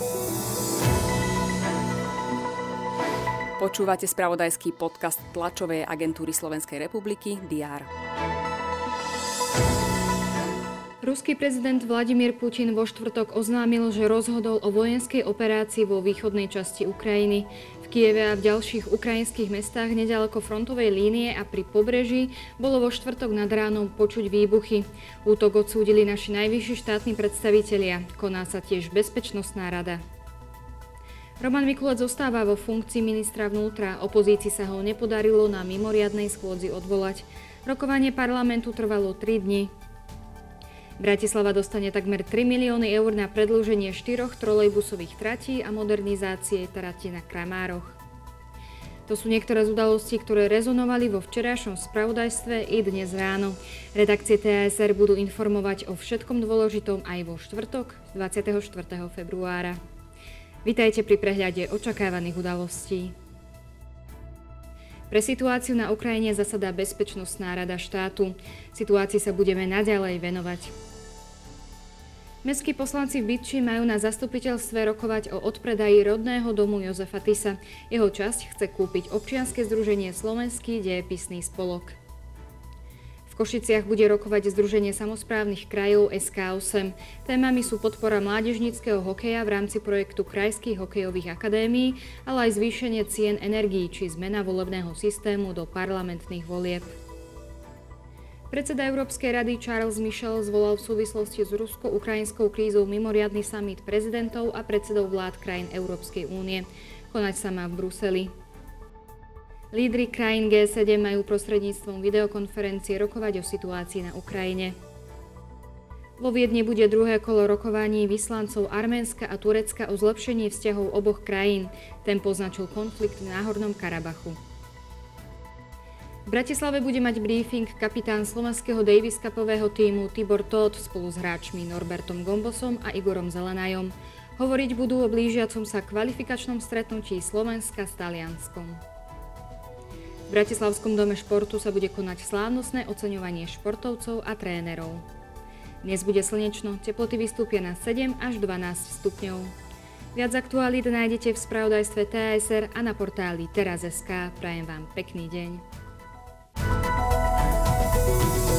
Počúvate spravodajský podcast tlačovej agentúry Slovenskej republiky DR. Ruský prezident Vladimír Putin vo štvrtok oznámil, že rozhodol o vojenskej operácii vo východnej časti Ukrajiny. V Kieve a v ďalších ukrajinských mestách neďaleko frontovej línie a pri pobreží bolo vo štvrtok nad ránom počuť výbuchy. Útok odsúdili naši najvyšší štátni predstavitelia. Koná sa tiež Bezpečnostná rada. Roman Mikulec zostáva vo funkcii ministra vnútra. Opozícii sa ho nepodarilo na mimoriadnej schôdzi odvolať. Rokovanie parlamentu trvalo 3 dni. Bratislava dostane takmer 3 milióny eur na predĺženie 4 trolejbusových tratí a modernizácie trati na Kramároch. To sú niektoré z udalostí, ktoré rezonovali vo včerajšom spravodajstve i dnes ráno. Redakcie TASR budú informovať o všetkom dôležitom aj vo štvrtok 24. februára. Vitajte pri prehľade očakávaných udalostí. Pre situáciu na Ukrajine zasadá Bezpečnostná rada štátu. Situácii sa budeme naďalej venovať. Mestskí poslanci v Bytči majú na zastupiteľstve rokovať o odpredaji rodného domu Jozefa Tisa. Jeho časť chce kúpiť občianske združenie Slovenský dejepisný spolok. V Košiciach bude rokovať Združenie samosprávnych krajov SK8. Témami sú podpora mládežníckeho hokeja v rámci projektu krajských hokejových akadémií, ale aj zvýšenie cien energií či zmena volebného systému do parlamentných volieb. Predseda Európskej rady Charles Michel zvolal v súvislosti s rusko-ukrajinskou krízou mimoriadny summit prezidentov a predsedov vlád krajín Európskej únie. Konať sa má v Bruseli. Lídri krajín G7 majú prostredníctvom videokonferencie rokovať o situácii na Ukrajine. Vo Viedni bude druhé kolo rokovaní vyslancov Arménska a Turecka o zlepšení vzťahov oboch krajín. Ten poznačil konflikt v Náhornom Karabachu. V Bratislave bude mať briefing kapitán slovenského Davis Cupového tímu Tibor Tóth spolu s hráčmi Norbertom Gombosom a Igorom Zelenajom. Hovoriť budú o blížiacom sa kvalifikačnom stretnutí Slovenska s Talianskom. V Bratislavskom dome športu sa bude konať slávnostné oceňovanie športovcov a trénerov. Dnes bude slnečno, teploty vystúpia na 7 až 12 stupňov. Viac aktualít nájdete v spravodajstve TASR a na portáli teraz.sk. Prajem vám pekný deň.